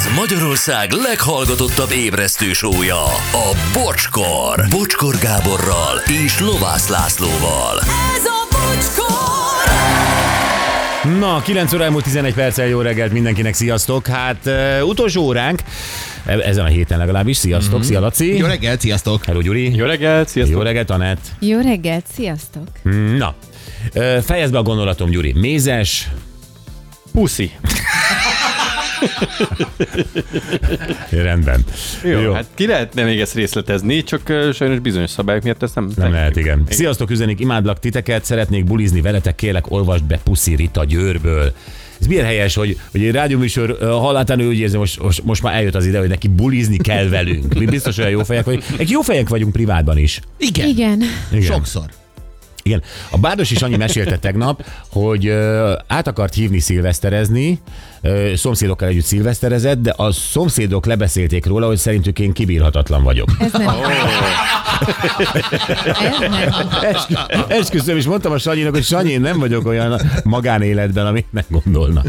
Ez Magyarország leghallgatottabb ébresztő show-ja, a Bocskor. Bocskor Gáborral és Lovász Lászlóval. Ez a Bocskor! Na, 9 óra elmúlt 11 perccel, jó reggelt mindenkinek, sziasztok! Hát utolsó óránk, ezen a héten legalábbis, sziasztok, szia Laci! Jó reggelt, sziasztok! Hello Gyuri! Jó reggelt, sziasztok! Jó reggelt, Anett! Jó reggelt, sziasztok! Na, fejezd be a gondolatom, Gyuri. Mézes... Puszi. Rendben. Jó, hát ki lehetne még ezt részletezni, csak sajnos bizonyos szabályok miatt ezt nem lehet, igen. Sziasztok, üzenik, imádlak titeket, szeretnék bulizni veletek, kérlek, olvasd be Puszi Rita Győrből. Ez milyen helyes, hogy egy rádióműsor hallatán ő úgy érzi, most már eljött az ide, hogy neki bulizni kell velünk. Mi biztos olyan jó fejek vagyunk. Egy jó fejek vagyunk privátban is. Igen. Sokszor. Igen. A Bárdosi Sanyi mesélte tegnap, hogy át akart hívni szilveszterezni, szomszédokkal együtt szilveszterezett, de a szomszédok lebeszélték róla, hogy szerintük én kibírhatatlan vagyok. Ez nem. Esküszöm, és mondtam a Sanyinak, hogy Sanyi, én nem vagyok olyan magánéletben, amit nem gondolnak.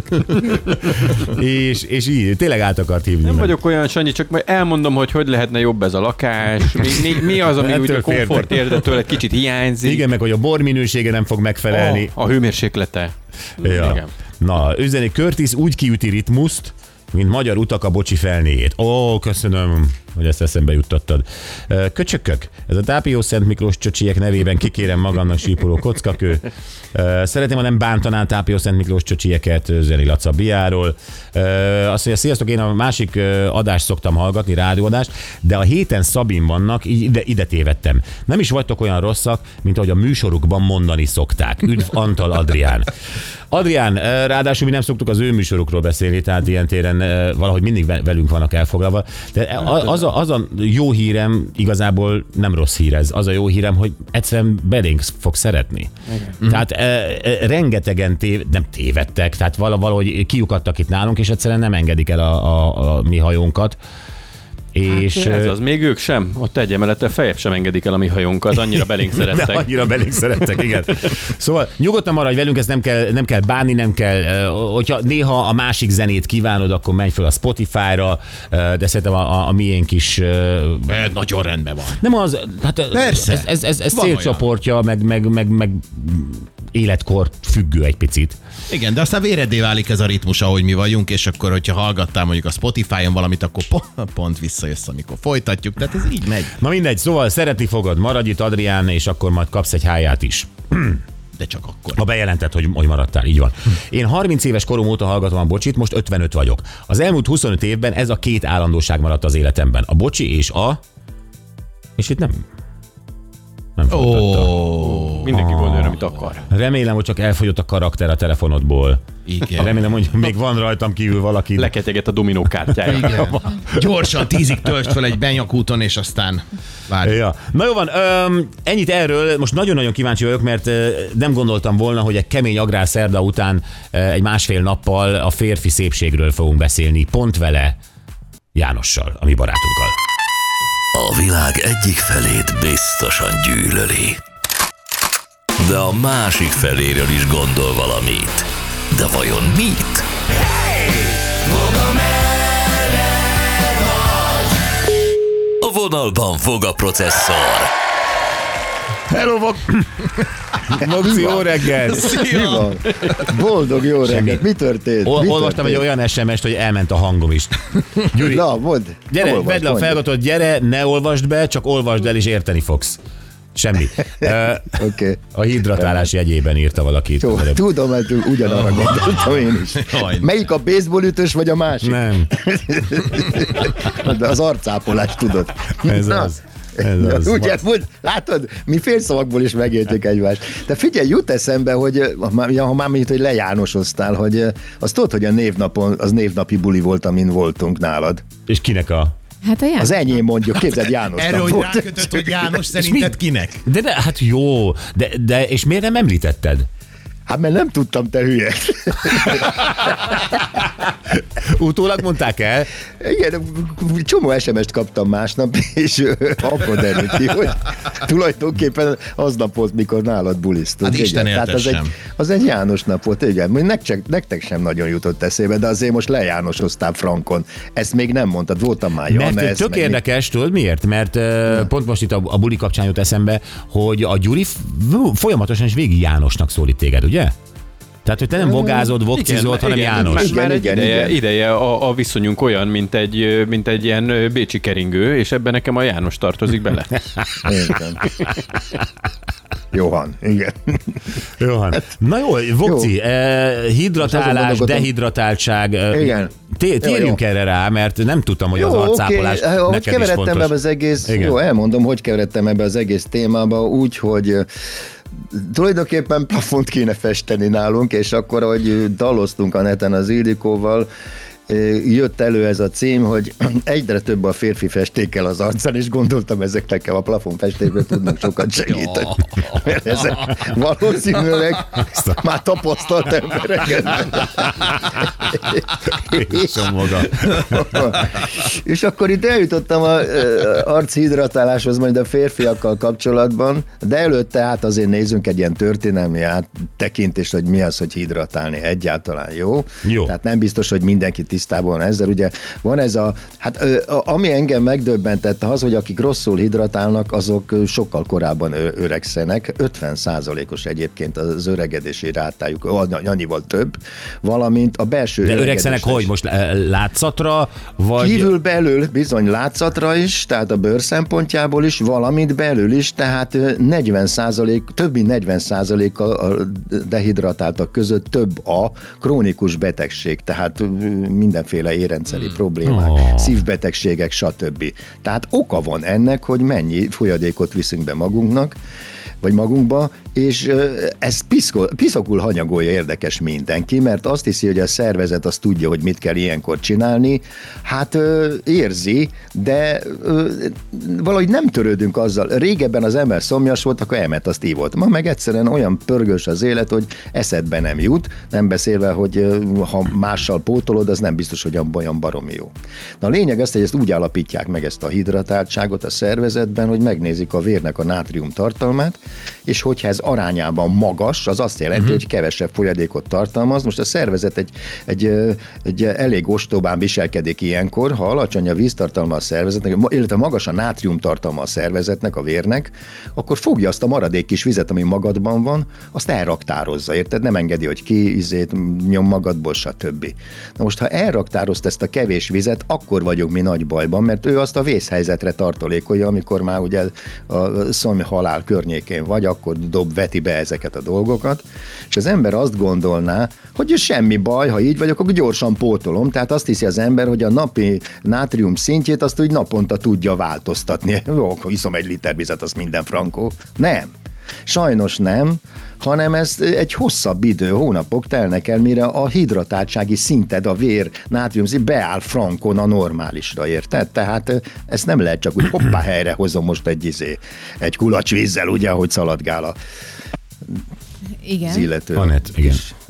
és így, tényleg át akart hívni. Nem vagyok olyan, Sanyi, csak majd elmondom, hogy lehetne jobb ez a lakás, mi az, ami úgy a komfort érzetől egy kicsit hiányzik. Igen, meg hogy a bor minősége nem fog megfelelni. A hőmérséklete. Ja. Igen. Na, üzeni Curtis úgy kiüti ritmuszt, mint magyar utak a bocsi felnéjét. Köszönöm, hogy ezt eszembe juttattad. Köcsökök, ez a Tápió Szent Miklós csöcsiek nevében kikérem magamnak sípoló kockakő. Szeretném, ha nem bántanál Tápió Szent Miklós csöcsieket, Zeni Laca Biáról. Azt mondja, sziasztok, én a másik adást szoktam hallgatni, rádióadást, de a héten Szabin vannak, így ide tévedtem. Nem is vagytok olyan rosszak, mint ahogy a műsorukban mondani szokták. Üdv Antal Adrián. Adrián, ráadásul mi nem szoktuk az ő műsorukról beszélni, tehát ilyen téren valahogy mindig velünk vannak elfoglalva. De az a jó hírem, igazából nem rossz hír ez. Az a jó hírem, hogy egyszerűen belénk fog szeretni. Igen. Tehát rengetegen nem tévedtek, tehát valahogy kiukadtak itt nálunk, és egyszerűen nem engedik el a mi hajónkat. És ez az, még ők sem, ott egy emelete feljebb sem engedik el a mi hajónkat, annyira belénk szerettek. De annyira belénk szerettek, igen. Szóval nyugodtan maradj velünk, ezt nem kell bánni, nem kell, hogyha néha a másik zenét kívánod, akkor menj fel a Spotify-ra, de szerintem a miénk is nagyon rendben van. Nem az, hát persze. Ez célcsoportja, meg életkor függő egy picit. Igen, de aztán véreddé válik ez a ritmus, ahogy mi vagyunk, és akkor, hogyha hallgattál mondjuk a Spotify-on valamit, akkor pont visszajössz, amikor folytatjuk, tehát ez így megy. Na mindegy, szóval szeretni fogod, maradj itt, Adrián, és akkor majd kapsz egy háját is. De csak akkor. Ha bejelentett, hogy maradtál, így van. Én 30 éves korom óta hallgatom a bocsit, most 55 vagyok. Az elmúlt 25 évben ez a két állandóság maradt az életemben. A bocsi és itt nem folytatta. Mindenki gondolja, amit akar. Remélem, hogy csak elfogyott a karakter a telefonodból. Igen. Remélem, hogy még van rajtam kívül valaki. Leketyegett a dominó kártyája. Igen. Gyorsan 10-ig töltsd fel egy benyakúton, és aztán várj. Ja. Na jó van, ennyit erről. Most nagyon-nagyon kíváncsi vagyok, mert nem gondoltam volna, hogy egy kemény agrárszerda után egy másfél nappal a férfi szépségről fogunk beszélni. Pont vele, Jánossal, a mi barátunkkal. A világ egyik felét biztosan gyűlöli, de a másik feléről is gondol valamit. De vajon mit? A vonalban fog a processzor. Hello, Mogzi, jó reggelt! Mi van? Boldog jó reggelt. Mi történt? Olvastam egy olyan SMS-t, hogy elment a hangom is. Gyuri, na, mondd. Gyere, vedd le a feladatot, gyere, ne olvasd be, csak olvasd el, és érteni fogsz. Semmi. Okay. A hidratálás jegyében írta valaki. Tudom, mert ugyanarra gondoltam én is. Melyik a baseball ütős, vagy a másik? Nem. De az arcápolás, tudod. Ez az. Ugye, látod, mi félszavakból is megértjük egymást. De figyelj, jut eszembe, hogy ha már mondjuk, hogy lejánosoztál, hogy azt tudod, hogy a névnapon, az névnapi buli volt, amin voltunk nálad. És kinek a... Hát a János. Az enyém mondjuk, képzeld, János. Erről, hogy rákötött, hogy János, szerinted kinek? De hát jó, de és miért nem említetted? Hát mert nem tudtam, te hülye. Utólag mondták el? Igen, csomó SMS-t kaptam másnap, és akkor derült ki, hogy tulajdonképpen aznap volt, mikor nálad bulisztunk. Hát Isten éltessen. Az egy János nap volt, igen. Nektek sem nagyon jutott eszébe, de azért most lejánosoztál frankon. Ezt még nem mondtad, voltam már Jan. Mert tök érdekes, tudod miért? Mert pont most itt a buli kapcsán jut eszembe, hogy a Gyuri folyamatosan és végig Jánosnak szólít téged, ugye? Tehát, hogy te nem vogázod, vogcizod, hanem János. Már egy ideje a viszonyunk olyan, mint egy ilyen bécsi keringő, és ebben nekem a János tartozik bele. Igen. Johan, igen. Johan. Na jó, Vokci, hidratálás, dehidratáltság. Igen. Térjünk erre rá, mert nem tudtam, hogy az arcápolás neked is fontos. Ebbe az egész, jó, elmondom, hogy keveredtem ebbe az egész témába, úgy, hogy tulajdonképpen plafont kéne festeni nálunk, és akkor, ahogy daloztunk a neten az Ildikóval, jött elő ez a cím, hogy egyre több a férfi festékkel az arcán, és gondoltam, ezeknek a plafonfestésből tudnak sokat segíteni. Mert ezek valószínűleg már tapasztalt emberek. És akkor itt eljutottam az archidratáláshoz majd a férfiakkal kapcsolatban, de előtte hát azért nézzünk egy ilyen történelmi áttekintést, hogy mi az, hogy hidratálni egyáltalán jó. Tehát nem biztos, hogy mindenki tisztában ezzel. Ugye van ez ami engem megdöbbentett az, hogy akik rosszul hidratálnak, azok sokkal korábban öregszenek. 50%-os egyébként az öregedési rátájuk, annyival több, valamint a belső öregedés. De öregszenek hogy? Most látszatra? Vagy... Kívül-belül bizony látszatra is, tehát a bőr szempontjából is, valamint belül is, tehát 40%, több mint 40% a dehidratáltak között több a krónikus betegség, tehát mindenféle érrendszeri problémák, szívbetegségek, stb. Tehát oka van ennek, hogy mennyi folyadékot viszünk be magunknak, vagy magunkba, és ez piszokul hanyagolja érdekes mindenki, mert azt hiszi, hogy a szervezet azt tudja, hogy mit kell ilyenkor csinálni, hát érzi, de valahogy nem törődünk azzal. Régebben az ember szomjas volt, akkor elment, azt ívott. Ma meg egyszerűen olyan pörgős az élet, hogy eszedbe nem jut, nem beszélve, hogy ha mással pótolod, az nem biztos, hogy olyan baromi jó. Na a lényeg az, hogy ezt úgy állapítják meg ezt a hidratáltságot a szervezetben, hogy megnézik a vérnek a nátrium tartalmát, és hogyha ez arányában magas, az azt jelenti, hogy kevesebb folyadékot tartalmaz. Most a szervezet egy elég ostobán viselkedik ilyenkor, ha alacsony a víztartalma a szervezetnek, illetve magas a nátrium tartalma a szervezetnek, a vérnek, akkor fogja azt a maradék kis vizet, ami magadban van, azt elraktározza, érted? Nem engedi, hogy nyom magadból, stb. Na most, ha elraktározta ezt a kevés vizet, akkor vagyunk mi nagy bajban, mert ő azt a vészhelyzetre tartalékolja, amikor már ugye a szomjhalál környékén vagy, akkor veti be ezeket a dolgokat, és az ember azt gondolná, hogy semmi baj, ha így vagy, akkor gyorsan pótolom, tehát azt hiszi az ember, hogy a napi nátrium szintjét azt úgy naponta tudja változtatni. Jó, akkor iszom egy liter vizet, az minden frankó. Nem. Sajnos nem, hanem ez egy hosszabb idő, hónapok telnek el, mire a hidratáltsági szinted, a vér nátrium szint beáll frankon a normálisra, érted? Tehát ezt nem lehet csak úgy hoppá helyre hozom most egy kulacs vízzel, ugye, ahogy szaladgál a igen. illető. Anett, igen.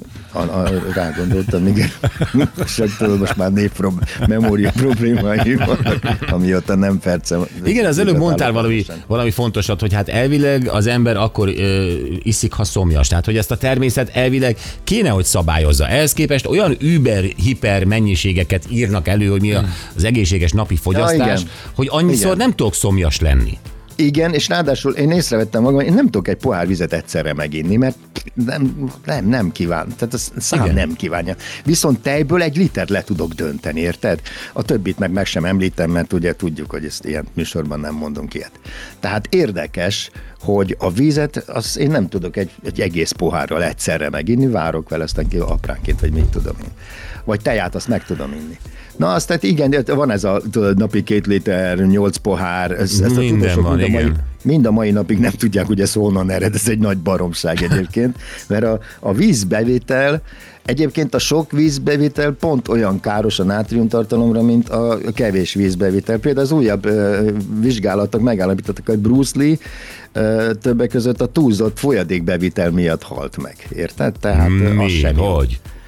Rá gondoltam, igen. Most már memória problémáim vannak, amióta nem percem. Igen, az előbb mondtál valami fontosat, hogy hát elvileg az ember akkor iszik, ha szomjas. Tehát, hogy ezt a természet elvileg kéne, hogy szabályozza. Ehhez képest olyan hiper mennyiségeket írnak elő, hogy mi az egészséges napi fogyasztás, hogy annyiszor nem tudok szomjas lenni. Igen, és ráadásul én észrevettem magam, én nem tudok egy pohár vizet egyszerre meginni, mert nem kíván. Tehát a szám nem kívánja. Viszont tejből 1 litert le tudok dönteni, érted? A többit meg sem említem, mert ugye tudjuk, hogy ezt ilyen műsorban nem mondunk ilyet. Tehát érdekes, hogy a vízet, azt én nem tudok egy egész pohárral egyszerre meginni, várok vele, aztán ki apránként, vagy mit tudom én. Vagy teját, azt meg tudom inni. Na, azt tehát igen, van ez a napi 2 liter, 8 pohár, ezt a tudósok van, mind a mai napig nem tudják, hogy ez honnan ered, ez egy nagy baromság egyébként, mert a vízbevitel, egyébként a sok vízbevitel pont olyan káros a nátriumtartalomra, mint a kevés vízbevitel. Például az újabb vizsgálatok megállapítottak, hogy Bruce Lee többek között a túlzott folyadékbevitel miatt halt meg. Érted? Tehát az sem jó. Hogy?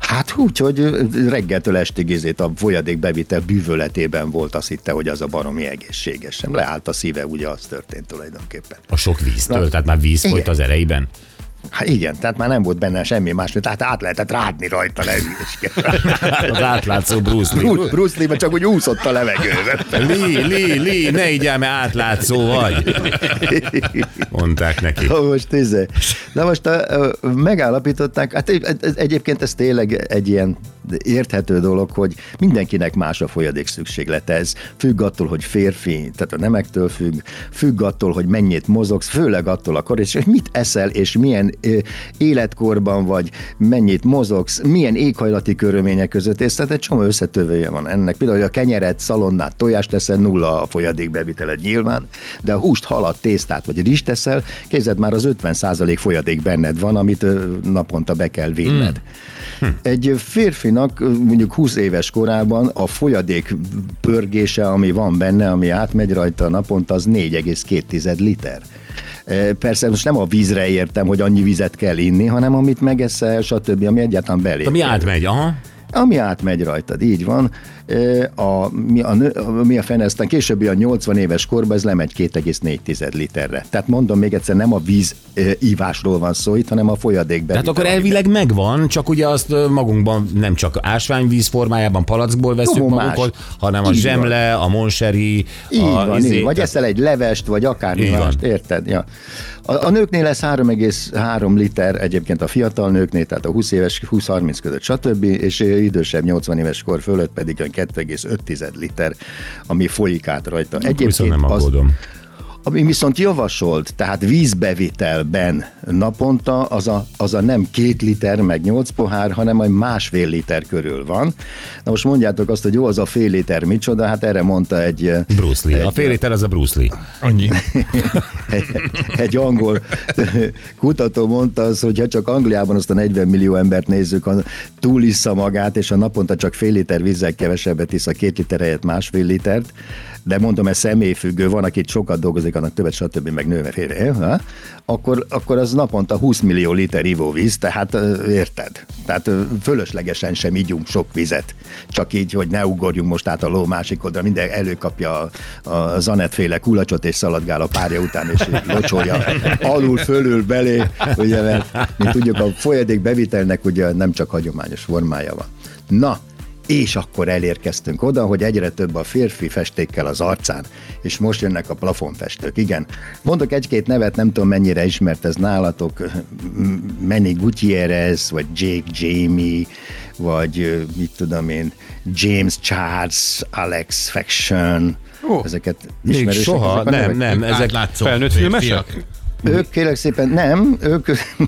Hát úgy, hogy reggeltől estig a folyadékbevitel bűvöletében volt, azt hitte, hogy az a baromi egészséges. Sem leállt a szíve, ugye az történt tulajdonképpen. A sok víztől, tehát már víz folyt az erejében? Hát igen, tehát már nem volt benne semmi más, tehát át lehetett rádni rajta Az átlátszó Bruce Lee. Bruce Lee csak úgy úszott a levegőben. Lee, ne így mert átlátszó vagy. Mondták neki. Na most megállapították, hát egyébként ez tényleg egy ilyen érthető dolog, hogy mindenkinek más a folyadék szükséglete. Ez függ attól, hogy férfi, tehát a nemektől függ attól, hogy mennyit mozogsz, főleg attól a kor, és mit eszel, és milyen életkorban vagy, mennyit mozogsz, milyen éghajlati körülmények között, és tehát egy csomó összetövője van ennek. Például a kenyeret, szalonnát, tojást teszel, nulla a folyadékbeviteled nyilván, de a húst, halat, tésztát vagy rizst teszel, képzeld, már az 50% folyadék benned van, amit naponta be kell vinned. Egy férfinak mondjuk 20 éves korában a folyadék pörgése, ami van benne, ami átmegy rajta naponta, az 4,2 liter. Persze most nem a vízre értem, hogy annyi vizet kell inni, hanem amit megeszel, stb., ami egyáltalán belé. Ami átmegy, aha. Ami átmegy rajtad, így van. Mi a fene, aztán későbbi a 80 éves korban ez lemegy 2,4 literre. Tehát mondom még egyszer, nem a víz ívásról van szó itt, hanem a folyadékben. Tehát akkor elvileg megvan, csak ugye azt magunkban nem csak ásványvíz formájában palackból veszünk magunkhoz, hanem a zsemle, a moncheri, vagy eszel egy levest, vagy akármi mást, érted? Ja. A nőknél lesz 3,3 liter, egyébként a fiatal nőknél, tehát a 20 éves, 20-30 között, stb., és idősebb 80 éves kor fölött pedig 2,5 liter, ami folyik át rajta. Viszont nem aggódom. Ami viszont javasolt, tehát vízbevitelben naponta, az a nem 2 liter, meg 8 pohár, hanem a 1,5 liter körül van. Na most mondjátok azt, hogy jó, az a fél liter micsoda, hát erre mondta egy... Bruce Lee. A fél liter az a Bruce Lee. Annyi. egy angol kutató mondta az, hogy ha csak Angliában azt a 40 millió embert nézzük, túlissza magát, és a naponta csak fél liter vízzel kevesebbet isz, a 2 liter helyett 1,5 litert, de mondom, ez személyfüggő, van, aki sokat dolgozik, annak többet, stb. Meg nőve félre, akkor az naponta 20 millió liter ivóvíz, tehát érted? Tehát fölöslegesen sem ígyunk sok vizet. Csak így, hogy ne ugorjunk most át a ló másik oldalra, minden előkapja a Zanett-féle kulacsot és szaladgál a párja után, és locsolja alul-fölül belé, ugye, mert mint tudjuk, a folyadék bevitelnek ugye nem csak hagyományos formája van. Na, és akkor elérkeztünk oda, hogy egyre több a férfi festékkel az arcán, és most jönnek a plafonfestők. Igen, mondok egy-két nevet, nem tudom mennyire ismert ez nálatok, Manny Gutierrez, vagy Jake Jamie, vagy mit tudom én, James Charles, Alex Faction, ezeket ismerősek. Soha, nem, ezek felnőtt filmesek? Ők kérlek szépen, nem, ők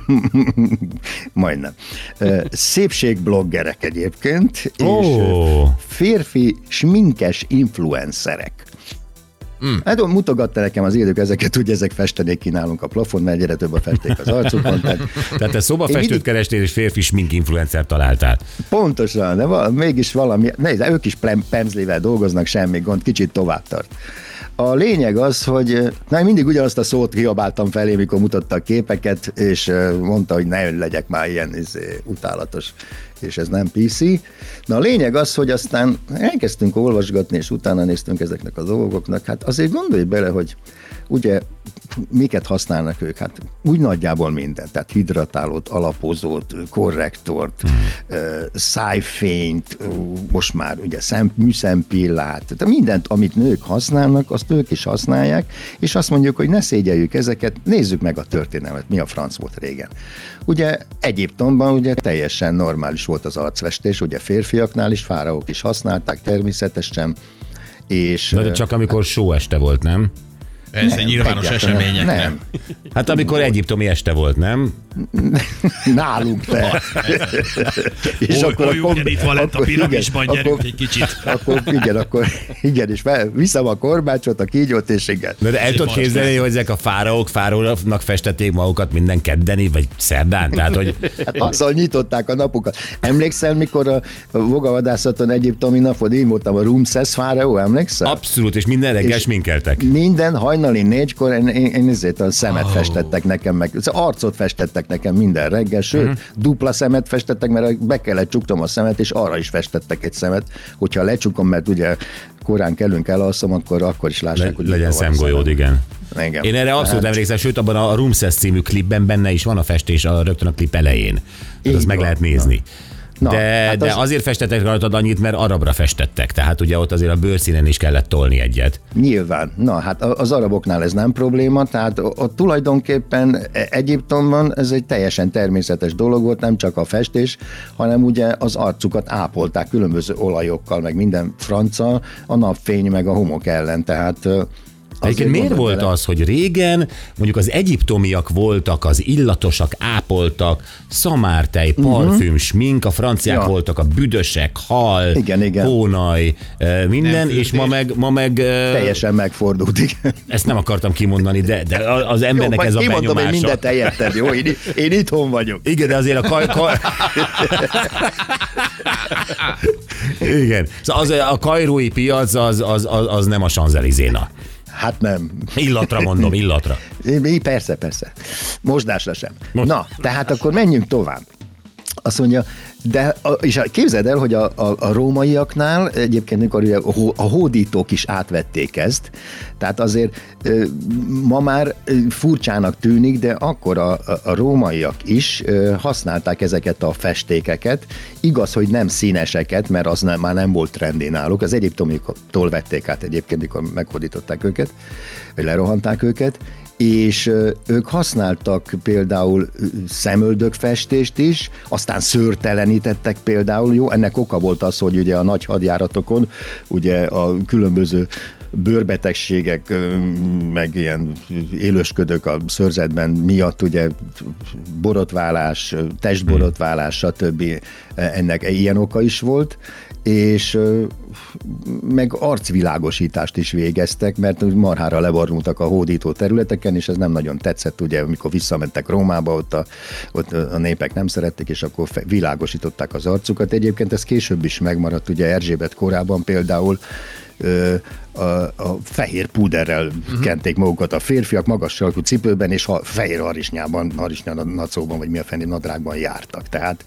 majdnem. Szépségbloggerek egyébként, és férfi sminkes influencerek. Hát mutogatta nekem az élők ezeket, hogy ezek festenék ki nálunk a plafon, mert egyre több a festék az arcukon. Tehát te szobafestőt kerestél, és férfi smink influencer találtál. Pontosan, de mégis valami, nézd, ők is pemzlivel dolgoznak, semmi gond, kicsit tovább tart. A lényeg az, hogy mindig ugyanazt a szót kiabáltam felé, mikor mutatta a képeket, és mondta, hogy ne legyek már ilyen utálatos, és ez nem PC. Na a lényeg az, hogy aztán elkezdtünk olvasgatni, és utána néztünk ezeknek a dolgoknak. Hát azért gondolj bele, hogy ugye miket használnak ők? Hát úgy nagyjából minden, tehát hidratálót, alapozót, korrektort, szájfényt, most már ugye műszempillát, tehát mindent, amit nők használnak, azt ők is használják, és azt mondjuk, hogy ne szégyeljük ezeket, nézzük meg a történelmet, mi a franc volt régen. Ugye Egyiptomban ugye teljesen normális volt az arcfestés, ugye férfiaknál is, fáraók is használták természetesen, és... De csak amikor show este volt, nem? Ez egy nyilvános események, nem? Hát amikor egyiptomi este volt, nem? Nálunk te. És akkor itt van lett a piramis, majd gyerünk egy kicsit. Akkor igen, és viszem a korbácsot, a kígyót, és igen. De el tudod képzelni, hogy ezek a fáraóknak festették magukat minden keddeni, vagy szerdán? Tehát, hogy... Hát azzal nyitották a napukat. Emlékszel, mikor a vogavadászaton egyiptomi napod, én voltam a Ramszesz fáraó, emlékszel? Abszolút, és minden reggel sminkeltek. Minden hajnal hajnali 4-kor én ezért a szemet festettek nekem meg, az arcot festettek nekem minden reggel, sőt, dupla szemet festettek, mert be kellett csuknom a szemet, és arra is festettek egy szemet, hogyha lecsukom, mert ugye korán kellünk elalszom, akkor is lássák, hogy legyen szemgolyód, igen. Igen. Én erre abszolút emlékszem, sőt abban a Roomses című klipben benne is van a festés rögtön a klip elején. Azt meg lehet nézni. De azért festettek rajtad annyit, mert arabra festettek. Tehát ugye ott azért a bőrszínen is kellett tolni egyet. Nyilván. Na, hát az araboknál ez nem probléma, tehát ott tulajdonképpen Egyiptomban ez egy teljesen természetes dolog volt, nem csak a festés, hanem ugye az arcukat ápolták különböző olajokkal, meg minden franca, a napfény, meg a homok ellen, tehát egyébként miért volt az, hogy régen mondjuk az egyiptomiak voltak, az illatosak, ápoltak, szamártej, parfüm, smink, a franciák voltak a büdösek, hal, igen. hónaj, minden, és ma meg... Teljesen megfordult, igen. Ezt nem akartam kimondani, de az embernek jó, ez a benyomása. Kimondom, én mindent helyetted, jó? Én itthon vagyok. Igen, de azért Igen. Szóval a kairói piac az nem a Champs-Élysées-na. Hát nem. Illatra mondom, illatra. Persze. Mosdásra sem. Na, tehát akkor menjünk tovább. Azt mondja, és képzeld el, hogy a rómaiaknál egyébként, mikor ugye a hódítók is átvették ezt, tehát azért ma már furcsának tűnik, de akkor a rómaiak is használták ezeket a festékeket. Igaz, hogy nem színeseket, mert az már nem volt trendé náluk. Az egyiptomiktól vették át egyébként, mikor meghódították őket, vagy lerohanták őket, és ők használtak például szemöldökfestést is, aztán szőrtelenítettek például, jó, ennek oka volt az, hogy ugye a nagy hadjáratokon ugye a különböző bőrbetegségek, meg ilyen élősködök a szőrzetben miatt, ugye borotválás, testborotválás, stb. Ennek ilyen oka is volt, és meg arcvilágosítást is végeztek, mert marhára leborultak a hódító területeken, és ez nem nagyon tetszett, ugye, amikor visszamentek Rómába, ott a népek nem szerették, és akkor világosították az arcukat. Egyébként ez később is megmaradt, ugye Erzsébet korában például a fehér púderrel kenték magukat a férfiak, magas sarkú cipőben, és fehér harisnyanacóban, vagy mi a fenni nadrágban jártak. Tehát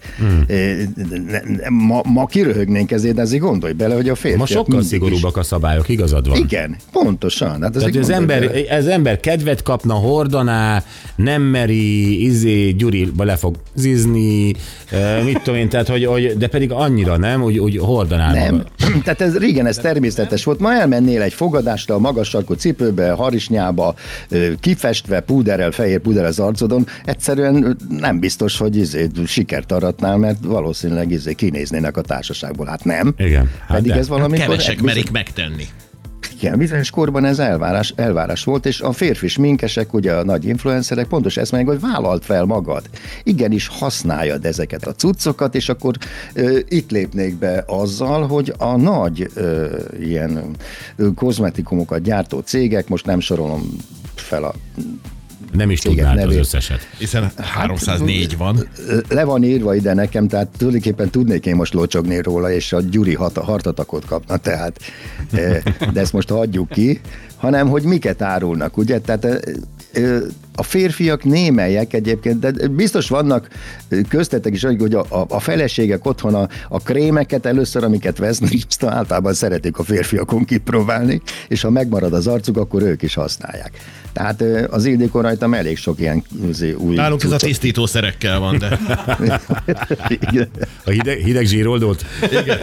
ma kiröhögnénk ezért, de azért gondolj bele, hogy a férfiak... Ma sokkal szigorúbbak a szabályok, igazad van. Igen, pontosan. Hát tehát az ember kedvet kapna, hordaná, nem meri, Gyuriba le fog zizni, mit tudom én, tehát, de pedig annyira nem, úgy hordaná. Nem, tehát régen ez természetes volt. Ma elmennél egy fogadásra a magas sarkú cipőbe, harisnyába, kifestve, fehér púderrel az arcodon, egyszerűen nem biztos, hogy sikert aratnál, mert valószínűleg kinéznének a társaságból. Hát nem. Igen. Pedig ez valamikor... Kevesek merik megtenni. Igen, bizonyos korban ez elvárás volt, és a férfi sminkesek, ugye a nagy influencerek pontos ezt mondják, hogy vállalt fel magad. Igenis használjad ezeket a cuccokat, és akkor itt lépnék be azzal, hogy a nagy ilyen kozmetikumokat gyártó cégek, most nem sorolom fel a nem is tudnád az összeset. Hiszen 304 van. Le van írva ide nekem, tehát tulajdonképpen tudnék én most locsogni róla, és a Gyuri hartatakot kapna, tehát de ezt most hagyjuk ki, hanem hogy miket árulnak, ugye? Tehát a férfiak némelyek egyébként, de biztos vannak köztetek is, hogy a feleségek otthon a krémeket először, amiket vesznek, általában szeretik a férfiakon kipróbálni, és ha megmarad az arcuk, akkor ők is használják. Tehát az Ildikó rajtam elég sok ilyen új... Nálunk ez a tisztítószerekkel van, de... A hideg zsíroldót? Igen.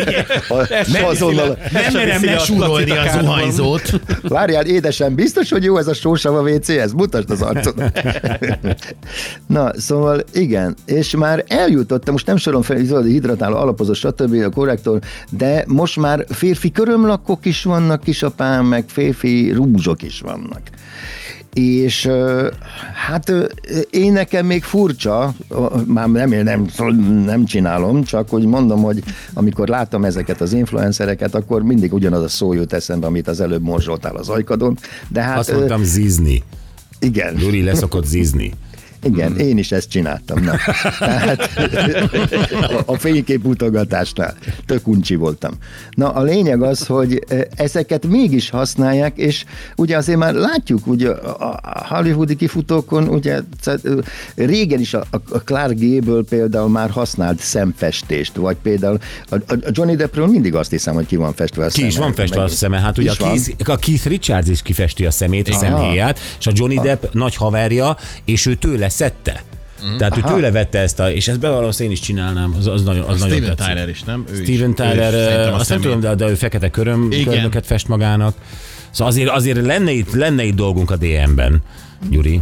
Nem merem mesúrolni a zuhanyzót. Várjál, édesem, biztos, hogy jó ez a sósav a WC-hez? Mutasd az arcod. Na, szóval igen, és már eljutottam, most nem sorom fel, hidratáló, alapozó, stb. A korrektor, de most már férfi körömlakok is vannak, kisapám, meg férfi rúzsok is vannak. És hát én nekem még furcsa, már nem csinálom, csak hogy mondom, hogy amikor látom ezeket az influencereket, akkor mindig ugyanaz a szó jut eszembe, amit az előbb morzsoltál az ajkadon. De hát, azt mondtam zizni. Igen. Gyuri leszokott zizni. Igen, én is ezt csináltam. Na. Tehát a fénykép utogatásnál tök uncsi voltam. Na, a lényeg az, hogy ezeket mégis használják, és ugye azért már látjuk, ugye a hollywoodi kifutókon, ugye régen is a Clark Gable például már használt szemfestést, vagy például a Johnny Deppről mindig azt hiszem, hogy ki van festve a szeme. Ki is van festve a szeme, hát ugye a Keith Richards is kifesti a szemét, a szemhéját, és a Johnny Depp nagy haverja, és ő tőle szedte. Tehát ő tőle vette ezt és ezt bevallom, én is csinálnám, az nagyon Steven Tyler is, nem? Steven Tyler, azt nem tudom, de ő fekete körömöket fest magának. Szóval azért lenne itt dolgunk a DM-ben, Gyuri.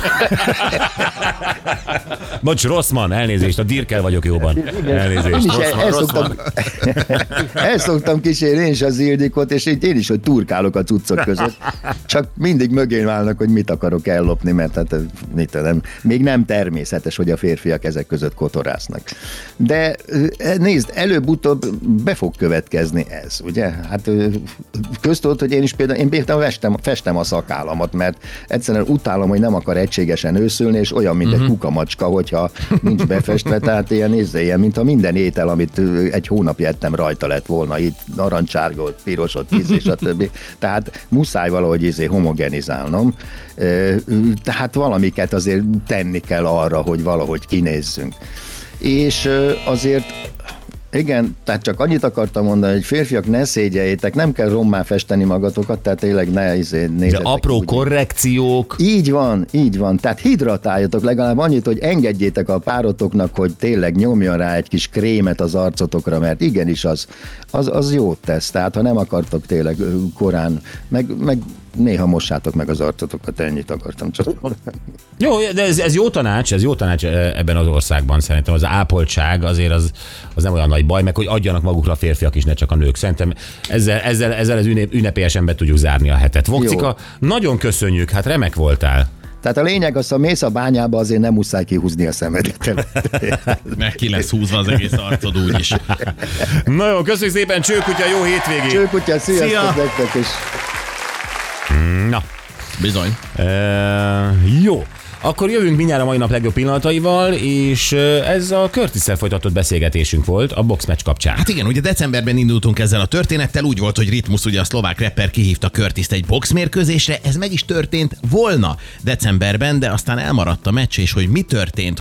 Bocs, Rosszman, elnézést, a Dirkel vagyok jóban. Elnézést, Rosszman. El szoktam kísérni én is az Ildikot, és én is, hogy turkálok a cuccok között. Csak mindig mögén állnak, hogy mit akarok ellopni, mert hát még nem természetes, hogy a férfiak ezek között kotorásznak. De nézd, előbb-utóbb be fog következni ez, ugye? Hát köztudott, hogy én például festem a szakállamat, mert egyszerűen utálom, hogy nem akar egységesen őszülni, és olyan, mint egy kukamacska, hogyha nincs befestve, tehát ilyen, mintha minden étel, amit egy hónapja ettem, rajta lett volna, itt narancsárgolt, pirosot, és a többi. Tehát muszáj valahogy homogenizálnom. Tehát valamiket azért tenni kell arra, hogy valahogy kinézzünk. És azért igen, tehát csak annyit akartam mondani, hogy férfiak, ne szégyeljétek, nem kell rommá festeni magatokat, tehát tényleg nézzetek. De apró korrekciók. Így van, tehát hidratáljatok legalább annyit, hogy engedjétek a párotoknak, hogy tényleg nyomjon rá egy kis krémet az arcotokra, mert igenis az jót tesz, tehát ha nem akartok tényleg korán, meg néha mossátok meg az arcotokat, ennyit akartam csak. Jó, de ez jó tanács ebben az országban szerintem. Az ápoltság azért az nem olyan nagy baj, meg hogy adjanak magukra a férfiak is, ne csak a nők. Szerintem ezzel az ünnepélyesen be tudjuk zárni a hetet. Vokcika, nagyon köszönjük, hát remek voltál. Tehát a lényeg az, ha mész a bányába, azért nem muszáj kihúzni a szemedet. Meg ki lesz húzva az egész arcod úgyis. Na jó, köszönjük szépen, Csőkutya, jó hétvégét! Csőkutya, sziasztok nektek is! Na. Bizony. Jó. Akkor jövünk mindjárt a mai nap legjobb pillanataival, és ez a Curtisszel folytatott beszélgetésünk volt a boxmatch kapcsán. Hát igen, ugye decemberben indultunk ezzel a történettel, úgy volt, hogy Ritmus, ugye a szlovák rapper kihívta Curtist egy boxmérkőzésre, ez meg is történt volna decemberben, de aztán elmaradt a meccs, és hogy mi történt,